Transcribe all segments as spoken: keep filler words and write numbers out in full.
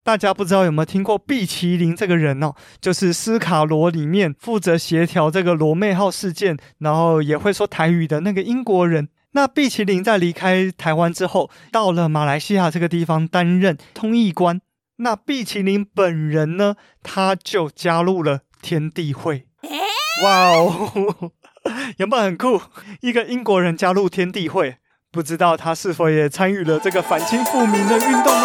大家不知道有没有听过碧麒麟这个人哦，就是斯卡罗里面负责协调这个罗妹号事件，然后也会说台语的那个英国人。那碧麒麟在离开台湾之后，到了马来西亚这个地方担任通译官。那碧麒麟本人呢，他就加入了天地会。哇哦，有没有很酷？一个英国人加入天地会，不知道他是否也参与了这个反清复明的运动呢？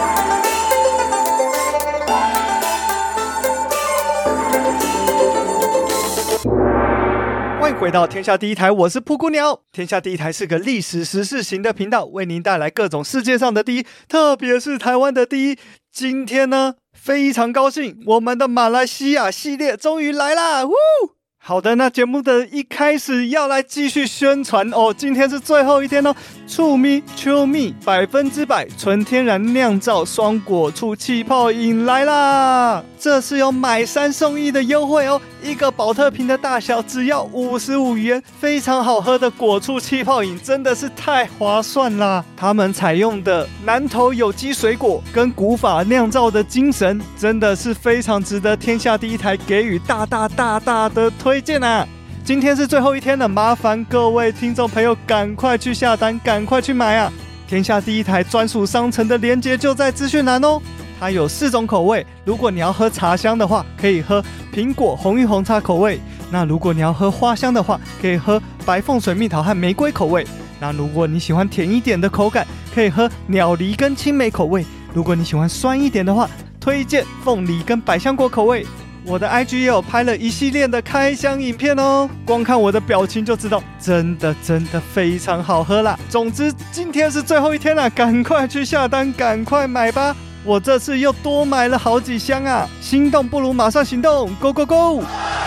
欢迎回到天下第一台，我是噗咕鸟。天下第一台是个历史时事型的频道，为您带来各种世界上的第一，特别是台湾的第一。今天呢，非常高兴，我们的马来西亚系列终于来啦！呜，好的，那节目的一开始要来继续宣传哦，今天是最后一天哦，醋咪秋蜜百分之百纯天然酿造双果醋气泡饮来啦！这是有买三送一的优惠哦，一个保特瓶的大小只要五十五元，非常好喝的果醋气泡饮真的是太划算啦！他们采用的南投有机水果跟古法酿造的精神，真的是非常值得天下第一台给予大大大大的推荐啊！今天是最后一天了，麻烦各位听众朋友赶快去下单，赶快去买啊！天下第一台专属商城的连结就在资讯栏哦。它有四种口味，如果你要喝茶香的话，可以喝苹果红玉红茶口味；那如果你要喝花香的话，可以喝白凤水蜜桃和玫瑰口味；那如果你喜欢甜一点的口感，可以喝鸟梨跟青梅口味；如果你喜欢酸一点的话，推荐凤梨跟百香果口味。我的 I G 也有拍了一系列的开箱影片哦，光看我的表情就知道，真的真的非常好喝啦。总之，今天是最后一天了，赶快去下单，赶快买吧！我这次又多买了好几箱啊！心动不如马上行动 ，Go Go Go！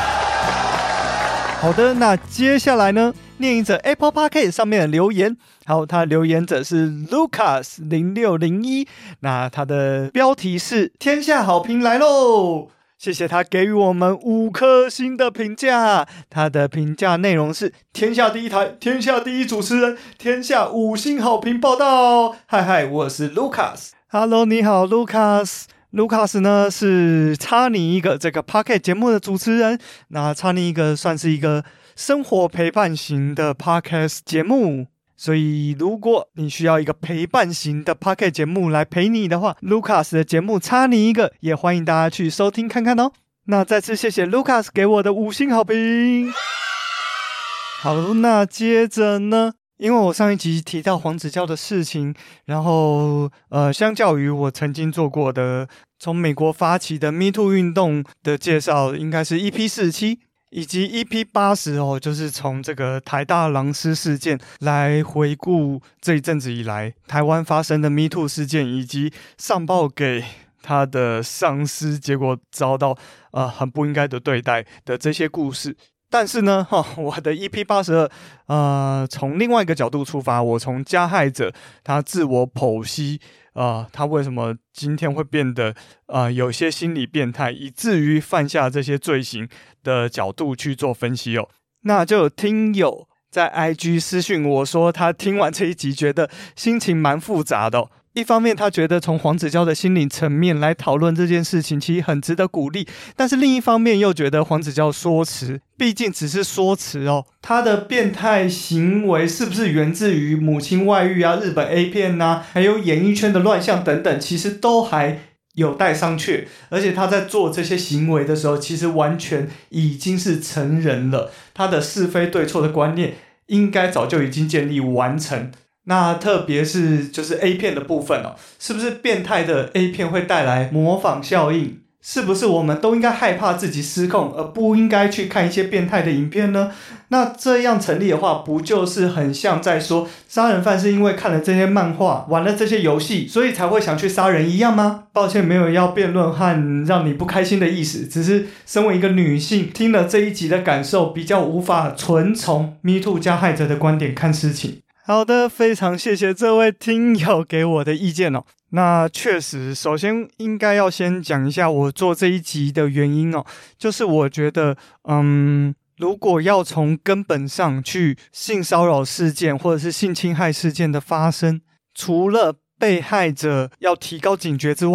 好的，那接下来呢，念一则 Apple Podcast 上面的留言。好，他留言者是 Lucas 零六零一，那他的标题是天下好评来喽！谢谢他给予我们五颗星的评价。他的评价内容是天下第一台，天下第一主持人，天下五星好评报道。嗨嗨，我是 Lucas。Hello， 你好 ，Lucas。Lucas 呢是差你一个这个 Podcast 节目的主持人。那差你一个算是一个生活陪伴型的 Podcast 节目。所以如果你需要一个陪伴型的 Podcast 节目来陪你的话， Lucas 的节目差你一个，也欢迎大家去收听看看哦。那再次谢谢 Lucas 给我的五星好评。好，那接着呢，因为我上一集提到黄子佼的事情，然后呃，相较于我曾经做过的从美国发起的 Me Too 运动的介绍，应该是 E P 四十七以及 E P 八十 哦，就是从这个台大狼师事件来回顾这一阵子以来台湾发生的 Me Too 事件，以及上报给他的上司，结果遭到呃很不应该的对待的这些故事。但是呢，哦、我的 E P 八十二，呃，从另外一个角度出发，我从加害者他自我剖析，呃，他为什么今天会变得呃有些心理变态，以至于犯下这些罪行的角度去做分析哦。那就有听友在 I G 私讯我说，他听完这一集觉得心情蛮复杂的哦。一方面他觉得从黄子佼的心理层面来讨论这件事情其实很值得鼓励，但是另一方面又觉得黄子佼说辞毕竟只是说辞哦，他的变态行为是不是源自于母亲外遇啊、日本 A 片啊，还有演艺圈的乱象等等，其实都还有待商榷。而且他在做这些行为的时候，其实完全已经是成人了，他的是非对错的观念应该早就已经建立完成。那特别是就是 A 片的部分哦，是不是变态的 A 片会带来模仿效应？是不是我们都应该害怕自己失控，而不应该去看一些变态的影片呢？那这样成立的话，不就是很像在说杀人犯是因为看了这些漫画，玩了这些游戏，所以才会想去杀人一样吗？抱歉，没有要辩论和让你不开心的意思，只是身为一个女性，听了这一集的感受，比较无法纯从 Me Too 加害者的观点看事情。好的，非常谢谢这位听友给我的意见哦。那确实，首先应该要先讲一下我做这一集的原因哦，就是我觉得，嗯，如果要从根本上去性骚扰事件或者是性侵害事件的发生，除了被害者要提高警觉之外，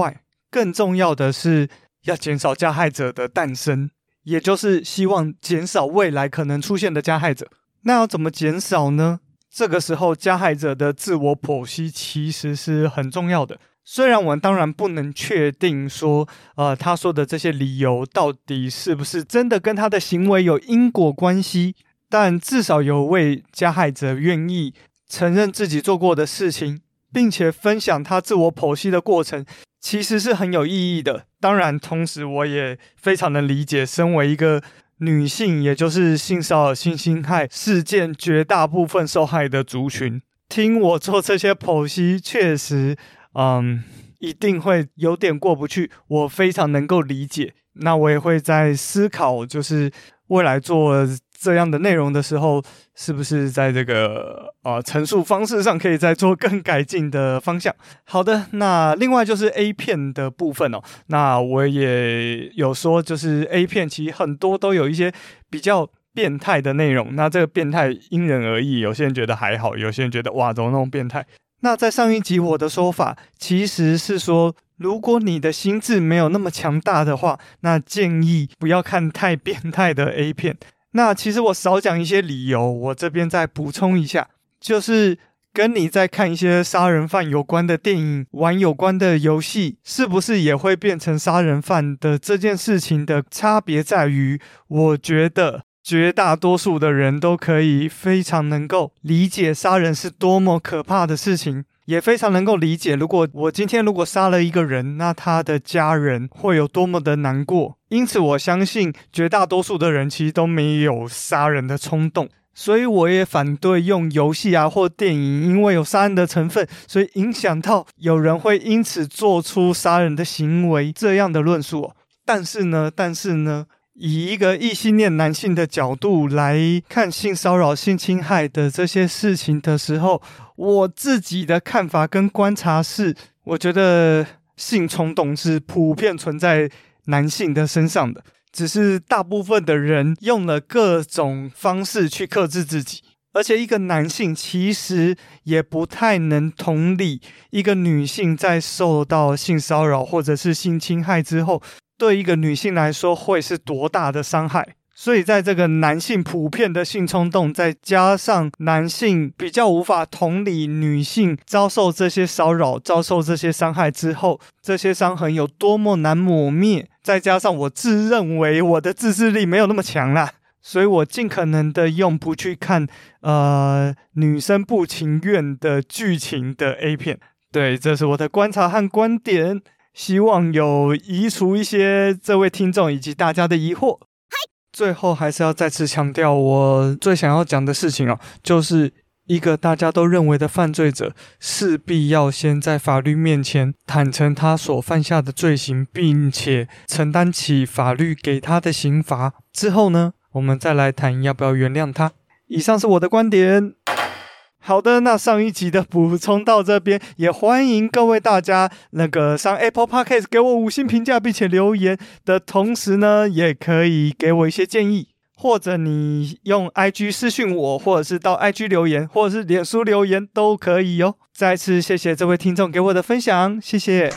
更重要的是要减少加害者的诞生，也就是希望减少未来可能出现的加害者。那要怎么减少呢？这个时候加害者的自我剖析其实是很重要的。虽然我们当然不能确定说呃，他说的这些理由到底是不是真的跟他的行为有因果关系，但至少有位加害者愿意承认自己做过的事情，并且分享他自我剖析的过程，其实是很有意义的。当然同时我也非常能理解身为一个女性，也就是性骚扰性侵害事件绝大部分受害的族群，听我做这些剖析确实嗯，一定会有点过不去，我非常能够理解。那我也会在思考，就是未来做这样的内容的时候，是不是在这个呃陈述方式上可以再做更改进的方向。好的，那另外就是 A 片的部分哦，那我也有说，就是 A 片其实很多都有一些比较变态的内容，那这个变态因人而异，有些人觉得还好，有些人觉得哇怎么那么变态。那在上一集我的说法其实是说，如果你的心智没有那么强大的话，那建议不要看太变态的 A 片。那其实我少讲一些理由，我这边再补充一下，就是跟你在看一些杀人犯有关的电影，玩有关的游戏，是不是也会变成杀人犯的这件事情的差别在于，我觉得绝大多数的人都可以非常能够理解杀人是多么可怕的事情，也非常能够理解，如果我今天如果杀了一个人，那他的家人会有多么的难过。因此我相信绝大多数的人其实都没有杀人的冲动，所以我也反对用游戏啊或电影因为有杀人的成分，所以影响到有人会因此做出杀人的行为这样的论述、哦、但是呢但是呢以一个异性恋男性的角度来看性骚扰性侵害的这些事情的时候，我自己的看法跟观察是，我觉得性冲动是普遍存在男性的身上的，只是大部分的人用了各种方式去克制自己，而且一个男性其实也不太能同理一个女性在受到性骚扰或者是性侵害之后，对一个女性来说会是多大的伤害。所以在这个男性普遍的性冲动，再加上男性比较无法同理女性遭受这些骚扰遭受这些伤害之后，这些伤痕有多么难抹灭，再加上我自认为我的自制力没有那么强啦，所以我尽可能的用不去看呃女生不情愿的剧情的 A 片。对，这是我的观察和观点，希望有移除一些这位听众以及大家的疑惑。最后还是要再次强调我最想要讲的事情哦，就是一个大家都认为的犯罪者势必要先在法律面前坦诚他所犯下的罪行，并且承担起法律给他的刑罚，之后呢我们再来谈要不要原谅他。以上是我的观点。好的，那上一集的补充到这边，也欢迎各位大家那个上 Apple Podcast 给我五星评价并且留言的同时呢，也可以给我一些建议，或者你用 I G 私讯我，或者是到 I G 留言，或者是脸书留言都可以哦。再次谢谢这位听众给我的分享，谢谢。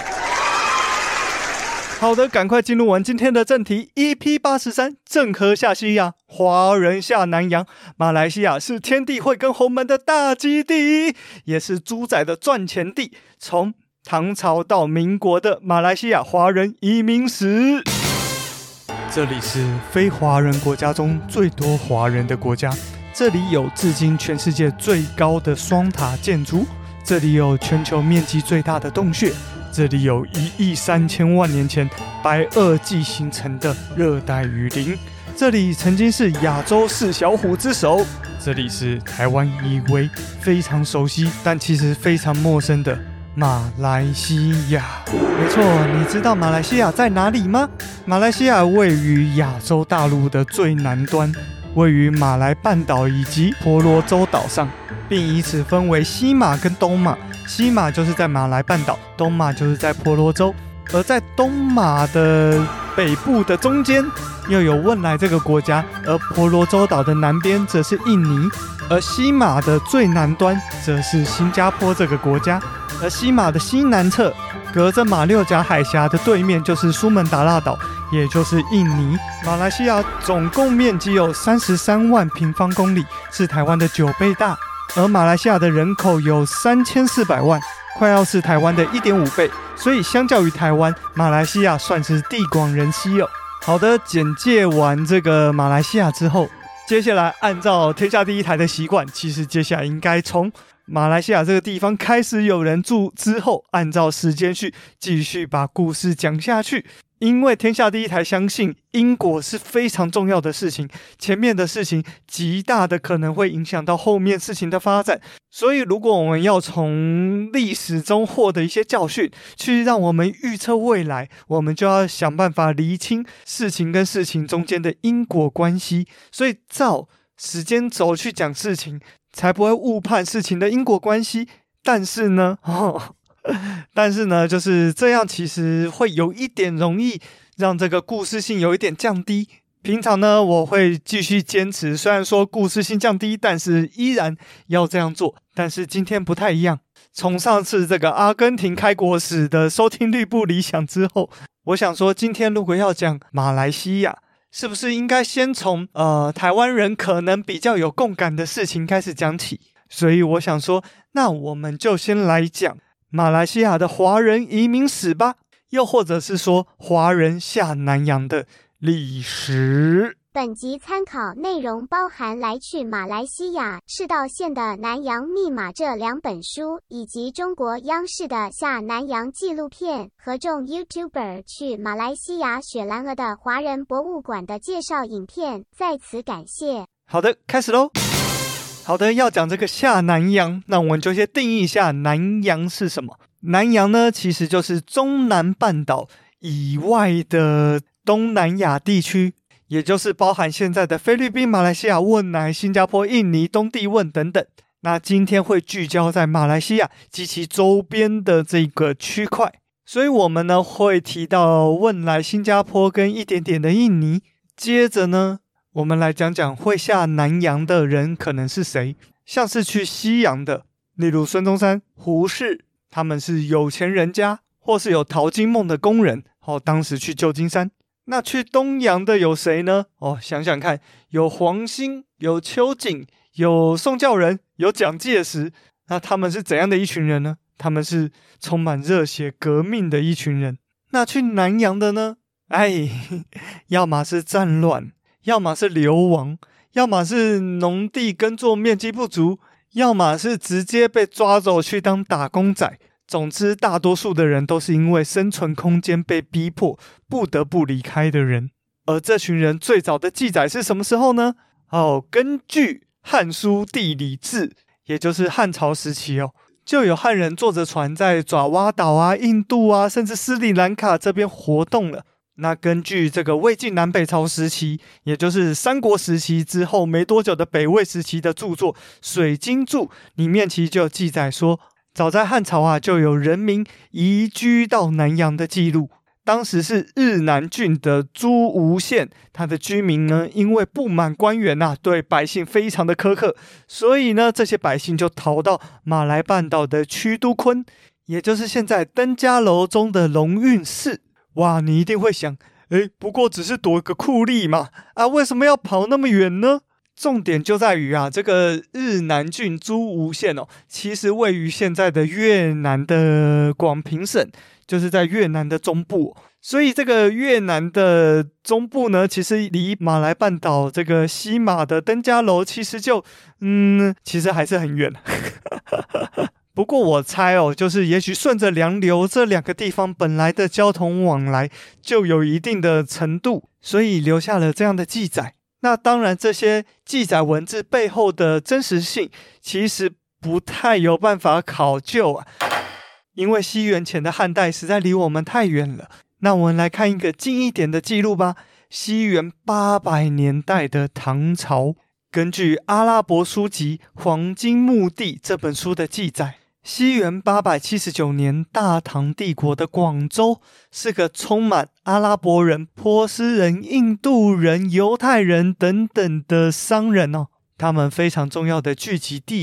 好的，赶快进入完今天的正题。 E P 八十三 郑和下西洋，华人下南洋。马来西亚是天地会跟洪门的大基地，也是猪仔的赚钱地。从唐朝到民国的马来西亚华人移民史，这里是非华人国家中最多华人的国家，这里有至今全世界最高的双塔建筑，这里有全球面积最大的洞穴，这里有一亿三千万年前白垩纪形成的热带雨林，这里曾经是亚洲四小虎之首，这里是台湾以为非常熟悉但其实非常陌生的马来西亚。没错，你知道马来西亚在哪里吗？马来西亚位于亚洲大陆的最南端，位于马来半岛以及婆罗洲岛上，并以此分为西马跟东马。西马就是在马来半岛，东马就是在婆罗洲。而在东马的北部的中间又有汶莱这个国家，而婆罗洲岛的南边则是印尼，而西马的最南端则是新加坡这个国家，而西马的西南侧隔着马六甲海峡的对面就是苏门答腊岛，也就是印尼。马来西亚总共面积有三十三万平方公里，是台湾的九倍大。而马来西亚的人口有三千四百万，快要是台湾的 一点五倍，所以相较于台湾，马来西亚算是地广人稀哦。好的，简介完这个马来西亚之后，接下来按照天下第一台的习惯，其实接下来应该从马来西亚这个地方开始有人住之后，按照时间序继续把故事讲下去。因为天下第一台相信因果是非常重要的事情，前面的事情极大的可能会影响到后面事情的发展，所以如果我们要从历史中获得一些教训，去让我们预测未来，我们就要想办法厘清事情跟事情中间的因果关系，所以照时间轴去讲事情，才不会误判事情的因果关系。但是呢，哦但是呢，就是这样，其实会有一点容易让这个故事性有一点降低。平常呢，我会继续坚持，虽然说故事性降低，但是依然要这样做。但是今天不太一样，从上次这个阿根廷开国史的收听率不理想之后，我想说，今天如果要讲马来西亚，是不是应该先从呃台湾人可能比较有共感的事情开始讲起？所以我想说，那我们就先来讲马来西亚的华人移民史吧，又或者是说华人下南洋的历史。 本集参考内容包含《来去马来西亚：赤道线的南洋密码》这两本书，以及中国央视的下南洋纪录片和众 YouTuber 去马来西亚雪兰莪的华人博物馆的介绍影片，在此感谢。 好的，开始咯。好的，要讲这个下南洋，那我们就先定义一下南洋是什么。南洋呢，其实就是中南半岛以外的东南亚地区，也就是包含现在的菲律宾、马来西亚、汶莱、新加坡、印尼、东帝汶等等。那今天会聚焦在马来西亚及其周边的这个区块，所以我们呢会提到汶莱、新加坡跟一点点的印尼。接着呢，我们来讲讲会下南洋的人可能是谁，像是去西洋的，例如孙中山、胡适，他们是有钱人家，或是有淘金梦的工人，哦，当时去旧金山。那去东洋的有谁呢？哦，想想看，有黄兴，有秋瑾，有宋教仁，有蒋介石。那他们是怎样的一群人呢？他们是充满热血革命的一群人。那去南洋的呢？哎，要么是战乱，要么是流亡，要么是农地耕作面积不足，要么是直接被抓走去当打工仔。总之，大多数的人都是因为生存空间被逼迫，不得不离开的人。而这群人最早的记载是什么时候呢？哦，根据《汉书地理志》，也就是汉朝时期哦，就有汉人坐着船在爪哇岛啊、印度啊，甚至斯里兰卡这边活动了。那根据这个魏晋南北朝时期，也就是三国时期之后没多久的北魏时期的著作《水经注》里面，其实就有记载说，早在汉朝啊，就有人民移居到南洋的记录。当时是日南郡的朱吴县，他的居民呢，因为不满官员啊对百姓非常的苛刻，所以呢，这些百姓就逃到马来半岛的曲都昆，也就是现在登嘉楼中的龙运寺。哇，你一定会想，诶，不过只是躲个酷吏嘛，啊，为什么要跑那么远呢？重点就在于啊，这个日南郡朱吴县哦，其实位于现在的越南的广平省，就是在越南的中部，所以这个越南的中部呢，其实离马来半岛这个西马的登嘉楼，其实就嗯，其实还是很远。不过我猜哦，就是也许顺着洋流这两个地方本来的交通往来就有一定的程度，所以留下了这样的记载。那当然，这些记载文字背后的真实性其实不太有办法考究啊，因为西元前的汉代实在离我们太远了。那我们来看一个近一点的记录吧。西元八百年代的唐朝，根据阿拉伯书籍《黄金墓地》这本书的记载，西元八百七十九年，大唐帝国的广州是个充满阿拉伯人、波斯人、印度人、犹太人等等的商人哦，他们非常重要的聚集地啊。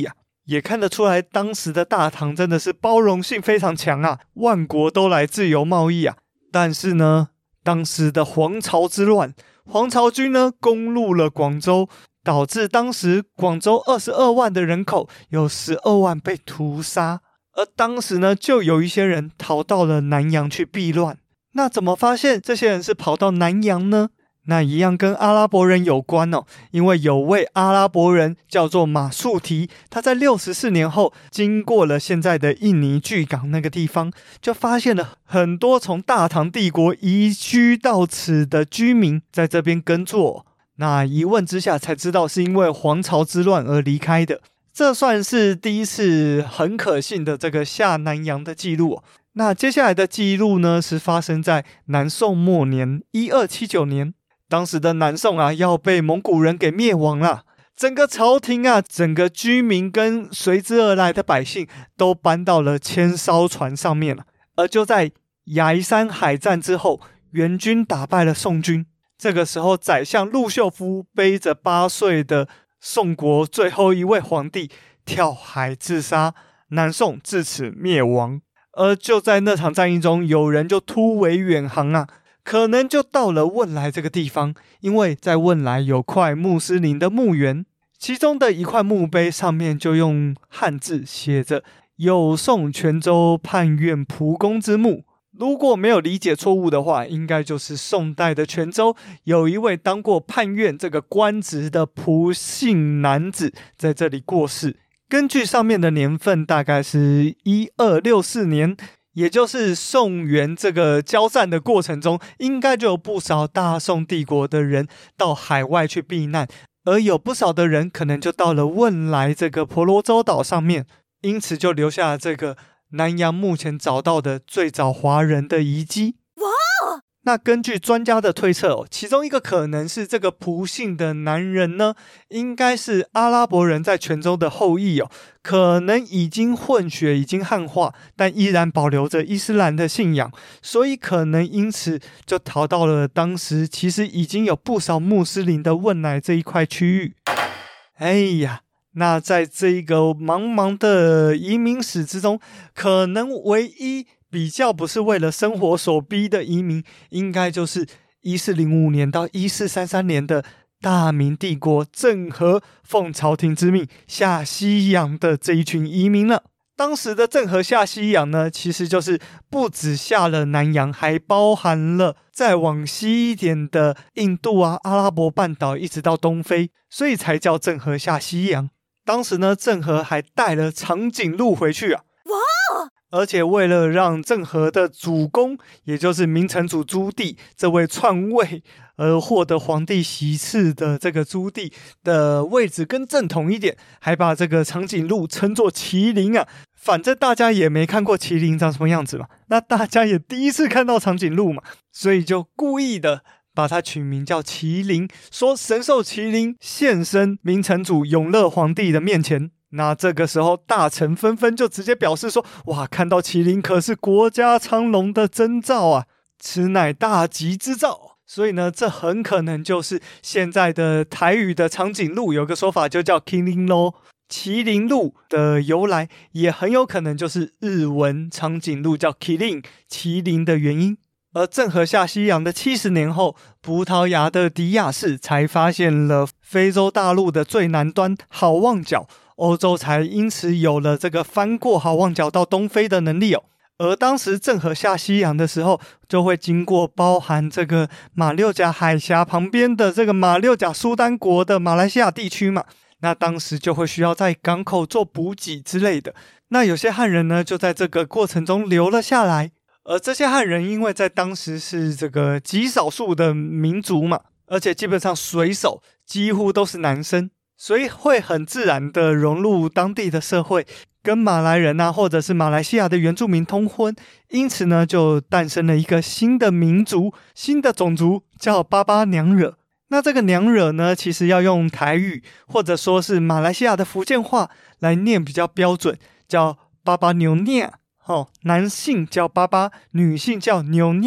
也看得出来当时的大唐真的是包容性非常强啊，万国都来自由贸易啊。但是呢，当时的黄巢之乱，黄巢军呢攻入了广州，导致当时广州二十二万的人口有十二万被屠杀。而当时呢，就有一些人逃到了南洋去避乱。那怎么发现这些人是跑到南洋呢？那一样跟阿拉伯人有关哦，因为有位阿拉伯人叫做马术提，他在六十四年后经过了现在的印尼巨港那个地方，就发现了很多从大唐帝国移居到此的居民在这边耕作。那一问之下才知道是因为黄巢之乱而离开的。这算是第一次很可信的这个下南洋的记录哦。那接下来的记录呢，是发生在南宋末年一二七九年，当时的南宋啊要被蒙古人给灭亡了，整个朝廷啊，整个居民跟随之而来的百姓都搬到了千艘船上面了。而就在崖山海战之后，元军打败了宋军，这个时候宰相陆秀夫背着八岁的宋国最后一位皇帝跳海自杀，南宋自此灭亡。而就在那场战役中，有人就突围远航啊，可能就到了汶莱这个地方，因为在汶莱有块穆斯林的墓园，其中的一块墓碑上面就用汉字写着有宋泉州判院蒲公之墓。如果没有理解错误的话，应该就是宋代的泉州有一位当过判院这个官职的蒲姓男子在这里过世。根据上面的年份，大概是一二六四年，也就是宋元这个交战的过程中，应该就有不少大宋帝国的人到海外去避难，而有不少的人可能就到了汶莱这个婆罗洲岛上面，因此就留下了这个南洋目前找到的最早华人的遗迹。哇！那根据专家的推测哦，其中一个可能是这个蒲姓的男人呢，应该是阿拉伯人在泉州的后裔哦，可能已经混血，已经汉化，但依然保留着伊斯兰的信仰，所以可能因此就逃到了当时其实已经有不少穆斯林的汶莱这一块区域。哎呀！那在这一个茫茫的移民史之中，可能唯一比较不是为了生活所逼的移民，应该就是一四零五年到一四三三年的大明帝国郑和奉朝廷之命下西洋的这一群移民了。当时的郑和下西洋呢，其实就是不只下了南洋，还包含了再往西一点的印度啊、阿拉伯半岛一直到东非，所以才叫郑和下西洋。当时呢，郑和还带了长颈鹿回去啊，哇！而且为了让郑和的主公，也就是明成祖朱棣这位篡位而获得皇帝席次的这个朱棣的位置更正统一点，还把这个长颈鹿称作麒麟啊。反正大家也没看过麒麟长什么样子嘛，那大家也第一次看到长颈鹿嘛，所以就故意的把它取名叫麒麟，说神兽麒麟现身明成祖永乐皇帝的面前。那这个时候大臣纷纷就直接表示说，哇，看到麒麟可是国家昌隆的征兆啊，此乃大吉之兆。所以呢，这很可能就是现在的台语的长颈鹿，有个说法就叫麒麟咯，麒麟鹿的由来也很有可能就是日文长颈鹿叫麒麟，麒麟的原因。而郑和下西洋的七十年后，葡萄牙的迪亚士才发现了非洲大陆的最南端好望角，欧洲才因此有了这个翻过好望角到东非的能力哦。而当时郑和下西洋的时候，就会经过包含这个马六甲海峡旁边的这个马六甲苏丹国的马来西亚地区嘛，那当时就会需要在港口做补给之类的。那有些汉人呢，就在这个过程中留了下来。而这些汉人因为在当时是这个极少数的民族嘛，而且基本上水手几乎都是男生，所以会很自然的融入当地的社会，跟马来人啊或者是马来西亚的原住民通婚，因此呢就诞生了一个新的民族，新的种族叫巴巴娘惹。那这个娘惹呢，其实要用台语或者说是马来西亚的福建话来念比较标准，叫巴巴牛念。哦，男性叫巴巴，女性叫牛念。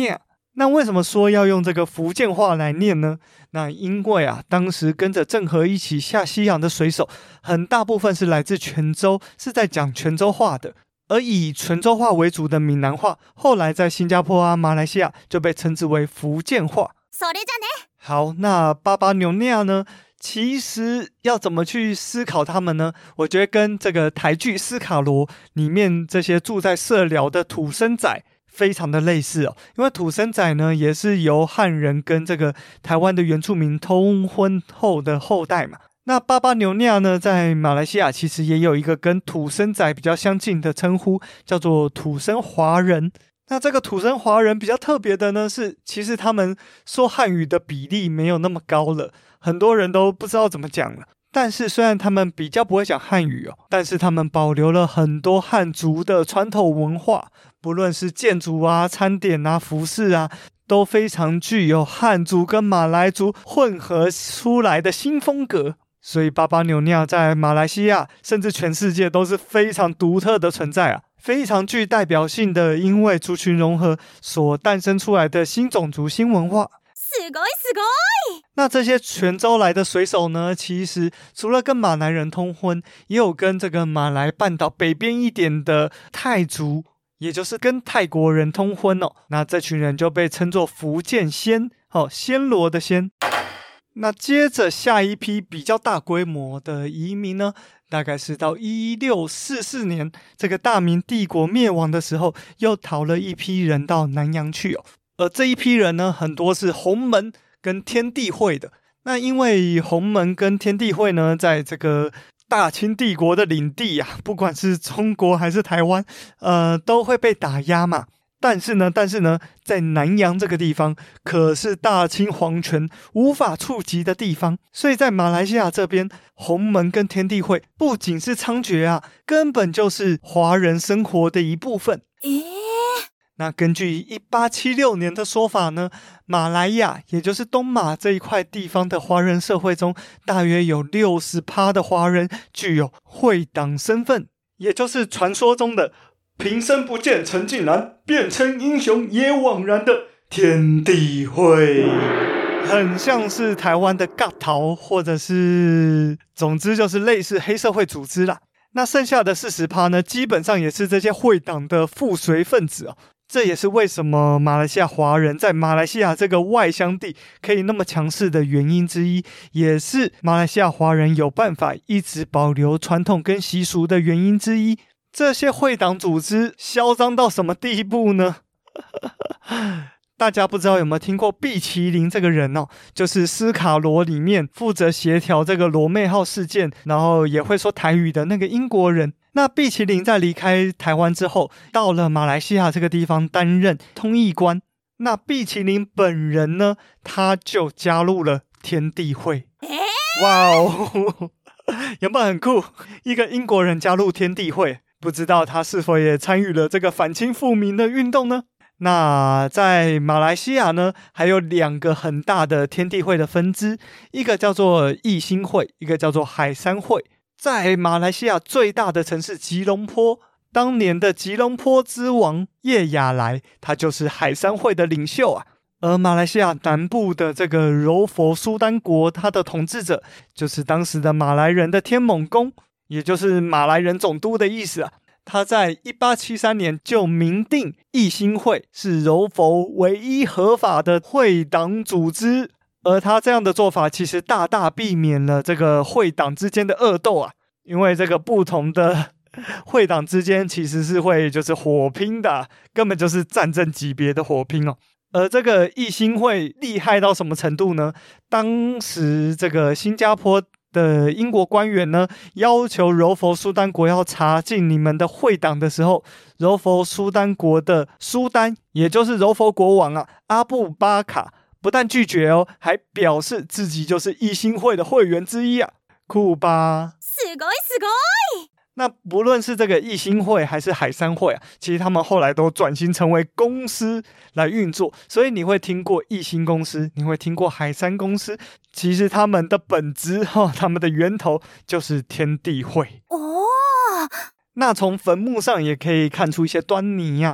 那为什么说要用这个福建话来念呢？那因为啊，当时跟着郑和一起下西洋的水手，很大部分是来自泉州，是在讲泉州话的。而以泉州话为主的闽南话，后来在新加坡啊、马来西亚就被称之为福建话。好，那巴巴牛酿呢？其实要怎么去思考他们呢？我觉得跟这个台剧《斯卡罗》里面这些住在社寮的土生仔非常的类似哦。因为土生仔呢，也是由汉人跟这个台湾的原住民通婚后的后代嘛。那巴巴牛酿呢，在马来西亚其实也有一个跟土生仔比较相近的称呼，叫做土生华人。那这个土生华人比较特别的呢，是其实他们说汉语的比例没有那么高了，很多人都不知道怎么讲了。但是虽然他们比较不会讲汉语哦，但是他们保留了很多汉族的传统文化，不论是建筑啊、餐点啊、服饰啊，都非常具有汉族跟马来族混合出来的新风格。所以巴巴牛酿在马来西亚甚至全世界都是非常独特的存在啊，非常具代表性的，因为族群融合所诞生出来的新种族新文化。 すごいすごい。 那这些泉州来的水手呢，其实除了跟马来人通婚，也有跟这个马来半岛北边一点的泰族，也就是跟泰国人通婚哦。那这群人就被称作福建暹，哦，暹罗的暹。那接着下一批比较大规模的移民呢，大概是到一六四四年，这个大明帝国灭亡的时候，又逃了一批人到南洋去哦。而这一批人呢，很多是洪门跟天地会的。那因为洪门跟天地会呢，在这个大清帝国的领地啊，不管是中国还是台湾，呃，都会被打压嘛。但是呢，但是呢，在南洋这个地方，可是大清皇权无法触及的地方，所以在马来西亚这边，洪门跟天地会不仅是猖獗啊，根本就是华人生活的一部分。 诶， 那根据一八七六年的说法呢，马来亚也就是东马这一块地方的华人社会中，大约有 百分之六十 的华人具有会党身份，也就是传说中的平生不见陈近南，变成英雄也枉然的天地会，很像是台湾的尬逃，或者是总之就是类似黑社会组织啦。那剩下的 百分之四十 呢，基本上也是这些会党的附随分子哦。这也是为什么马来西亚华人在马来西亚这个外乡地可以那么强势的原因之一，也是马来西亚华人有办法一直保留传统跟习俗的原因之一。这些会党组织嚣张到什么地步呢？大家不知道有没有听过毕奇林这个人哦，就是斯卡罗里面负责协调这个罗妹号事件，然后也会说台语的那个英国人。那毕奇林在离开台湾之后，到了马来西亚这个地方担任通译官。那毕奇林本人呢，他就加入了天地会。哇哦，有没有很酷？一个英国人加入天地会，不知道他是否也参与了这个反清复明的运动呢？那在马来西亚呢，还有两个很大的天地会的分支，一个叫做义兴会，一个叫做海山会。在马来西亚最大的城市吉隆坡，当年的吉隆坡之王叶亚来，他就是海山会的领袖啊。而马来西亚南部的这个柔佛苏丹国，他的统治者就是当时的马来人的天猛公，也就是马来人总督的意思啊。他在一八七三年就明定义兴会是柔佛唯一合法的会党组织，而他这样的做法其实大大避免了这个会党之间的恶斗啊，因为这个不同的会党之间其实是会就是火拼的，根本就是战争级别的火拼哦。而这个义兴会厉害到什么程度呢？当时这个新加坡的英国官员呢，要求柔佛苏丹国要查禁你们的会党的时候，柔佛苏丹国的苏丹，也就是柔佛国王啊，阿布巴卡，不但拒绝哦，还表示自己就是义兴会的会员之一啊，酷吧？ すごいすごい。 那不论是这个义兴会还是海山会啊，其实他们后来都转型成为公司来运作，所以你会听过义兴公司，你会听过海山公司，其实他们的本质、哦、他们的源头就是天地会哦。 那从坟墓上也可以看出一些端倪啊。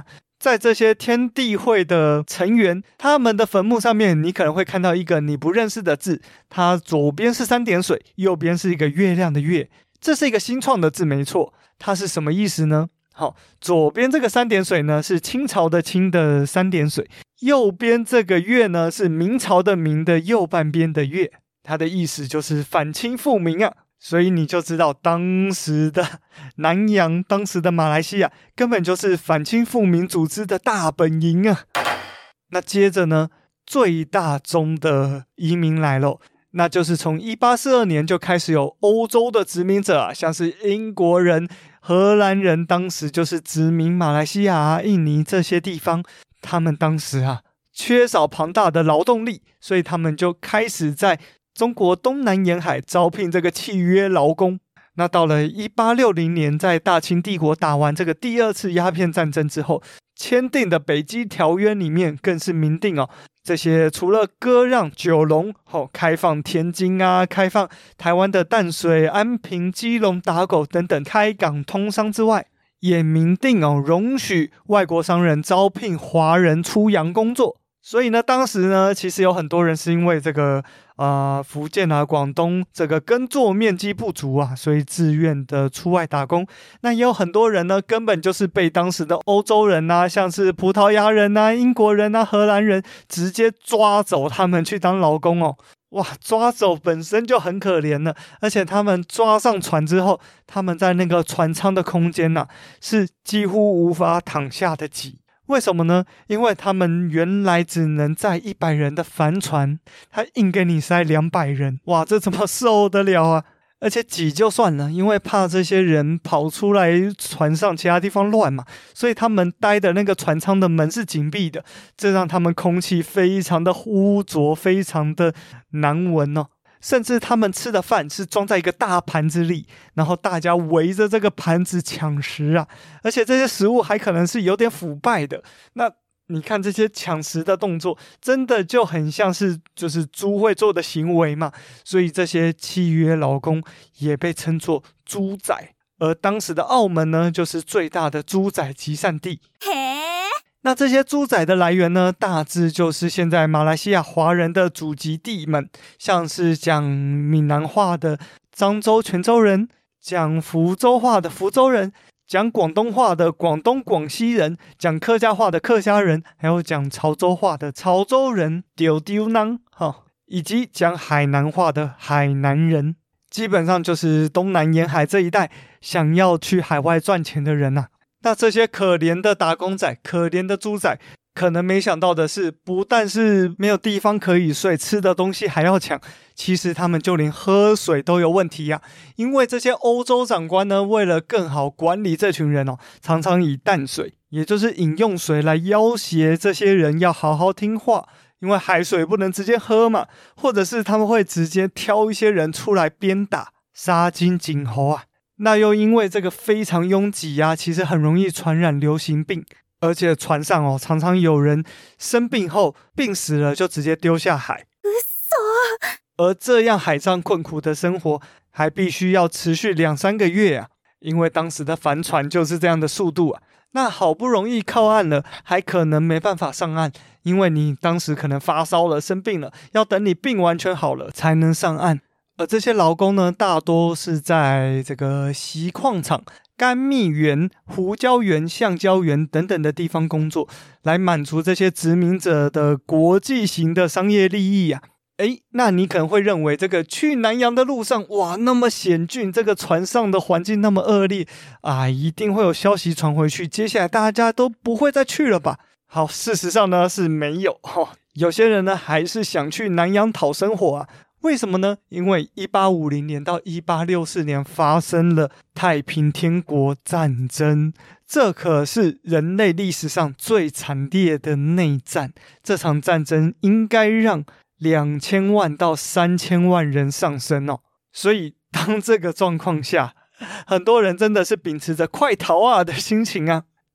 在这些天地会的成员，他们的坟墓上面你可能会看到一个你不认识的字，它左边是三点水，右边是一个月亮的月，这是一个新创的字没错，它是什么意思呢？好，左边这个三点水呢是清朝的清的三点水，右边这个月呢是明朝的明的右半边的月，它的意思就是反清复明啊。所以你就知道当时的南洋，当时的马来西亚根本就是反清复明组织的大本营啊。那接着呢，最大宗的移民来了，那就是从一八四二年就开始有欧洲的殖民者啊，像是英国人、荷兰人，当时就是殖民马来西亚啊、印尼这些地方，他们当时啊缺少庞大的劳动力，所以他们就开始在中国东南沿海招聘这个契约劳工。那到了一八六零年，在大清帝国打完这个第二次鸦片战争之后，签订的北基条约里面更是明定哦，这些除了割让九龙、哦、开放天津啊，开放台湾的淡水、安平、基隆、打狗等等开港通商之外，也明定哦，容许外国商人招聘华人出洋工作。所以呢，当时呢，其实有很多人是因为这个呃福建啊、广东这个耕作面积不足啊，所以自愿的出外打工。那也有很多人呢，根本就是被当时的欧洲人啊，像是葡萄牙人啊、英国人啊、荷兰人直接抓走他们去当劳工哦。哇，抓走本身就很可怜了，而且他们抓上船之后，他们在那个船舱的空间啊，是几乎无法躺下的挤。为什么呢？因为他们原来只能载一百人的帆船，他硬给你塞两百人，哇，这怎么受得了啊？而且挤就算了，因为怕这些人跑出来船上其他地方乱嘛，所以他们待的那个船舱的门是紧闭的，这让他们空气非常的污浊，非常的难闻哦。甚至他们吃的饭是装在一个大盘子里，然后大家围着这个盘子抢食啊，而且这些食物还可能是有点腐败的。那你看这些抢食的动作，真的就很像是就是猪会做的行为嘛，所以这些契约劳工也被称作猪仔，而当时的澳门呢，就是最大的猪仔集散地。那这些猪仔的来源呢，大致就是现在马来西亚华人的祖籍地们，像是讲闽南话的漳州泉州人，讲福州话的福州人，讲广东话的广东广西人，讲客家话的客家人，还有讲潮州话的潮州人丢丢囊、哦、以及讲海南话的海南人，基本上就是东南沿海这一带想要去海外赚钱的人啊。那这些可怜的打工仔，可怜的猪仔，可能没想到的是，不但是没有地方可以睡，吃的东西还要抢，其实他们就连喝水都有问题啊。因为这些欧洲长官呢，为了更好管理这群人哦，常常以淡水，也就是饮用水来要挟这些人要好好听话，因为海水不能直接喝嘛，或者是他们会直接挑一些人出来鞭打，杀鸡儆猴啊。那又因为这个非常拥挤啊，其实很容易传染流行病，而且船上哦常常有人生病后病死了就直接丢下海，而这样海上困苦的生活还必须要持续两三个月啊，因为当时的帆船就是这样的速度啊。那好不容易靠岸了，还可能没办法上岸，因为你当时可能发烧了、生病了，要等你病完全好了才能上岸。而这些劳工呢，大多是在这个锡矿厂、甘蜜园、胡椒园、橡胶园等等的地方工作，来满足这些殖民者的国际型的商业利益啊。诶，那你可能会认为这个去南洋的路上，哇，那么险峻，这个船上的环境那么恶劣啊，一定会有消息传回去，接下来大家都不会再去了吧？好，事实上呢是没有、哦、有些人呢还是想去南洋讨生活啊。为什么呢？因为一八五零年到一八六四年发生了太平天国战争，这可是人类历史上最惨烈的内战。这场战争应该让两千万到三千万人上升哦。所以当这个状况下，很多人真的是秉持着快逃啊的心情啊。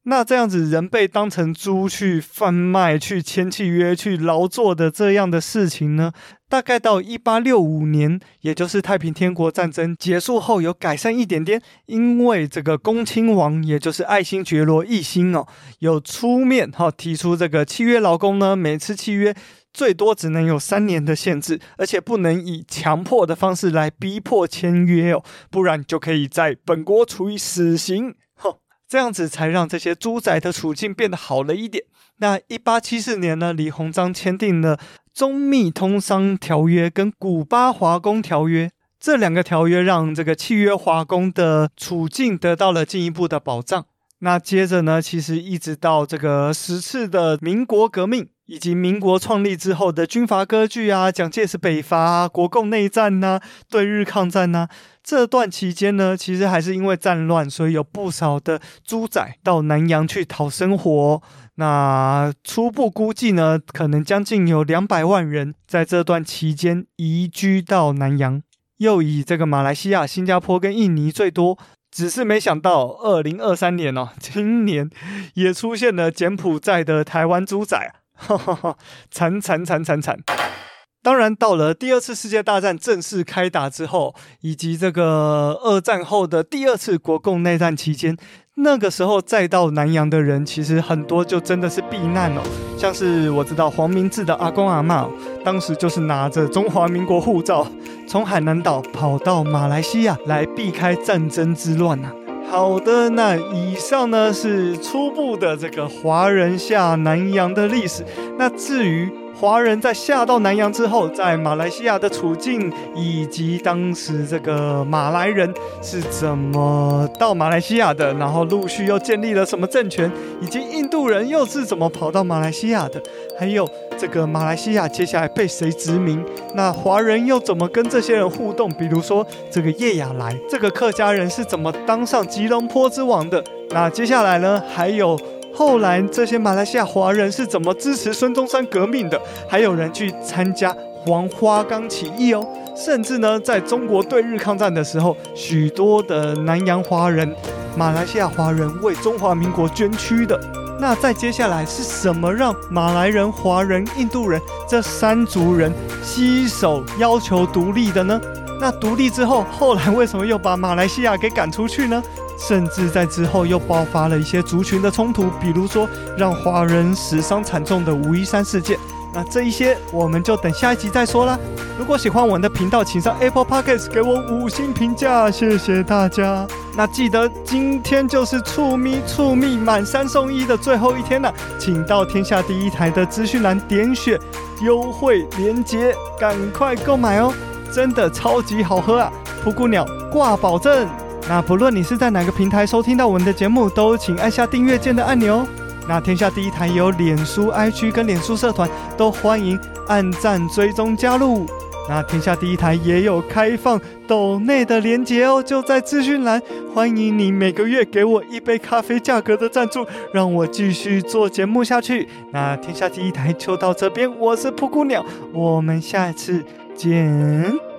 那这样子人被当成猪去贩卖、去签契约、去劳作的这样的事情呢，大概到一八六五年，也就是太平天国战争结束后有改善一点点，因为这个恭亲王也就是爱新觉罗奕欣哦，有出面、哦、提出这个契约劳工呢，每次契约最多只能有三年的限制，而且不能以强迫的方式来逼迫签约哦，不然就可以在本国处以死刑。这样子才让这些猪仔的处境变得好了一点。那一八七四年呢，李鸿章签订了中密通商条约跟古巴华工条约，这两个条约让这个契约华工的处境得到了进一步的保障。那接着呢，其实一直到这个十次的民国革命以及民国创立之后的军阀割据啊，蒋介石北伐啊，国共内战啊，对日抗战啊，这段期间呢，其实还是因为战乱，所以有不少的猪仔到南洋去讨生活。那初步估计呢，可能将近有两百万人在这段期间移居到南洋，又以这个马来西亚、新加坡跟印尼最多。只是没想到二零二三年哦，今年也出现了柬埔寨的台湾猪仔啊，惨惨惨惨惨。当然到了第二次世界大战正式开打之后，以及这个二战后的第二次国共内战期间，那个时候再到南洋的人其实很多就真的是避难哦，像是我知道黄明志的阿公阿嬷、哦、当时就是拿着中华民国护照从海南岛跑到马来西亚来避开战争之乱啊。好的，那以上呢是初步的这个华人下南洋的历史。那至于华人在下到南洋之后，在马来西亚的处境，以及当时这个马来人是怎么到马来西亚的，然后陆续又建立了什么政权，以及印度人又是怎么跑到马来西亚的，还有这个马来西亚接下来被谁殖民，那华人又怎么跟这些人互动，比如说这个叶亚来这个客家人是怎么当上吉隆坡之王的，那接下来呢还有后来这些马来西亚华人是怎么支持孙中山革命的，还有人去参加黄花岗起义哦，甚至呢在中国对日抗战的时候，许多的南洋华人、马来西亚华人为中华民国捐躯的。那再接下来是什么让马来人、华人、印度人这三族人携手要求独立的呢？那独立之后，后来为什么又把马来西亚给赶出去呢？甚至在之后又爆发了一些族群的冲突，比如说让华人死伤惨重的五一三事件。那这一些我们就等下一集再说啦。如果喜欢我的频道，请上 Apple Podcast 给我五星评价，谢谢大家。那记得今天就是触咪触咪满三送一的最后一天了，请到天下第一台的资讯栏点选优惠连结，赶快购买哦，真的超级好喝啊！噗咕鸟挂保证。那不论你是在哪个平台收听到我们的节目，都请按下订阅键的按钮。那天下第一台也有脸书 I G 跟脸书社团，都欢迎按赞追踪加入。那天下第一台也有开放抖内的连结哦，就在资讯栏，欢迎你每个月给我一杯咖啡价格的赞助，让我继续做节目下去。那天下第一台就到这边，我是噗咕鸟，我们下次见。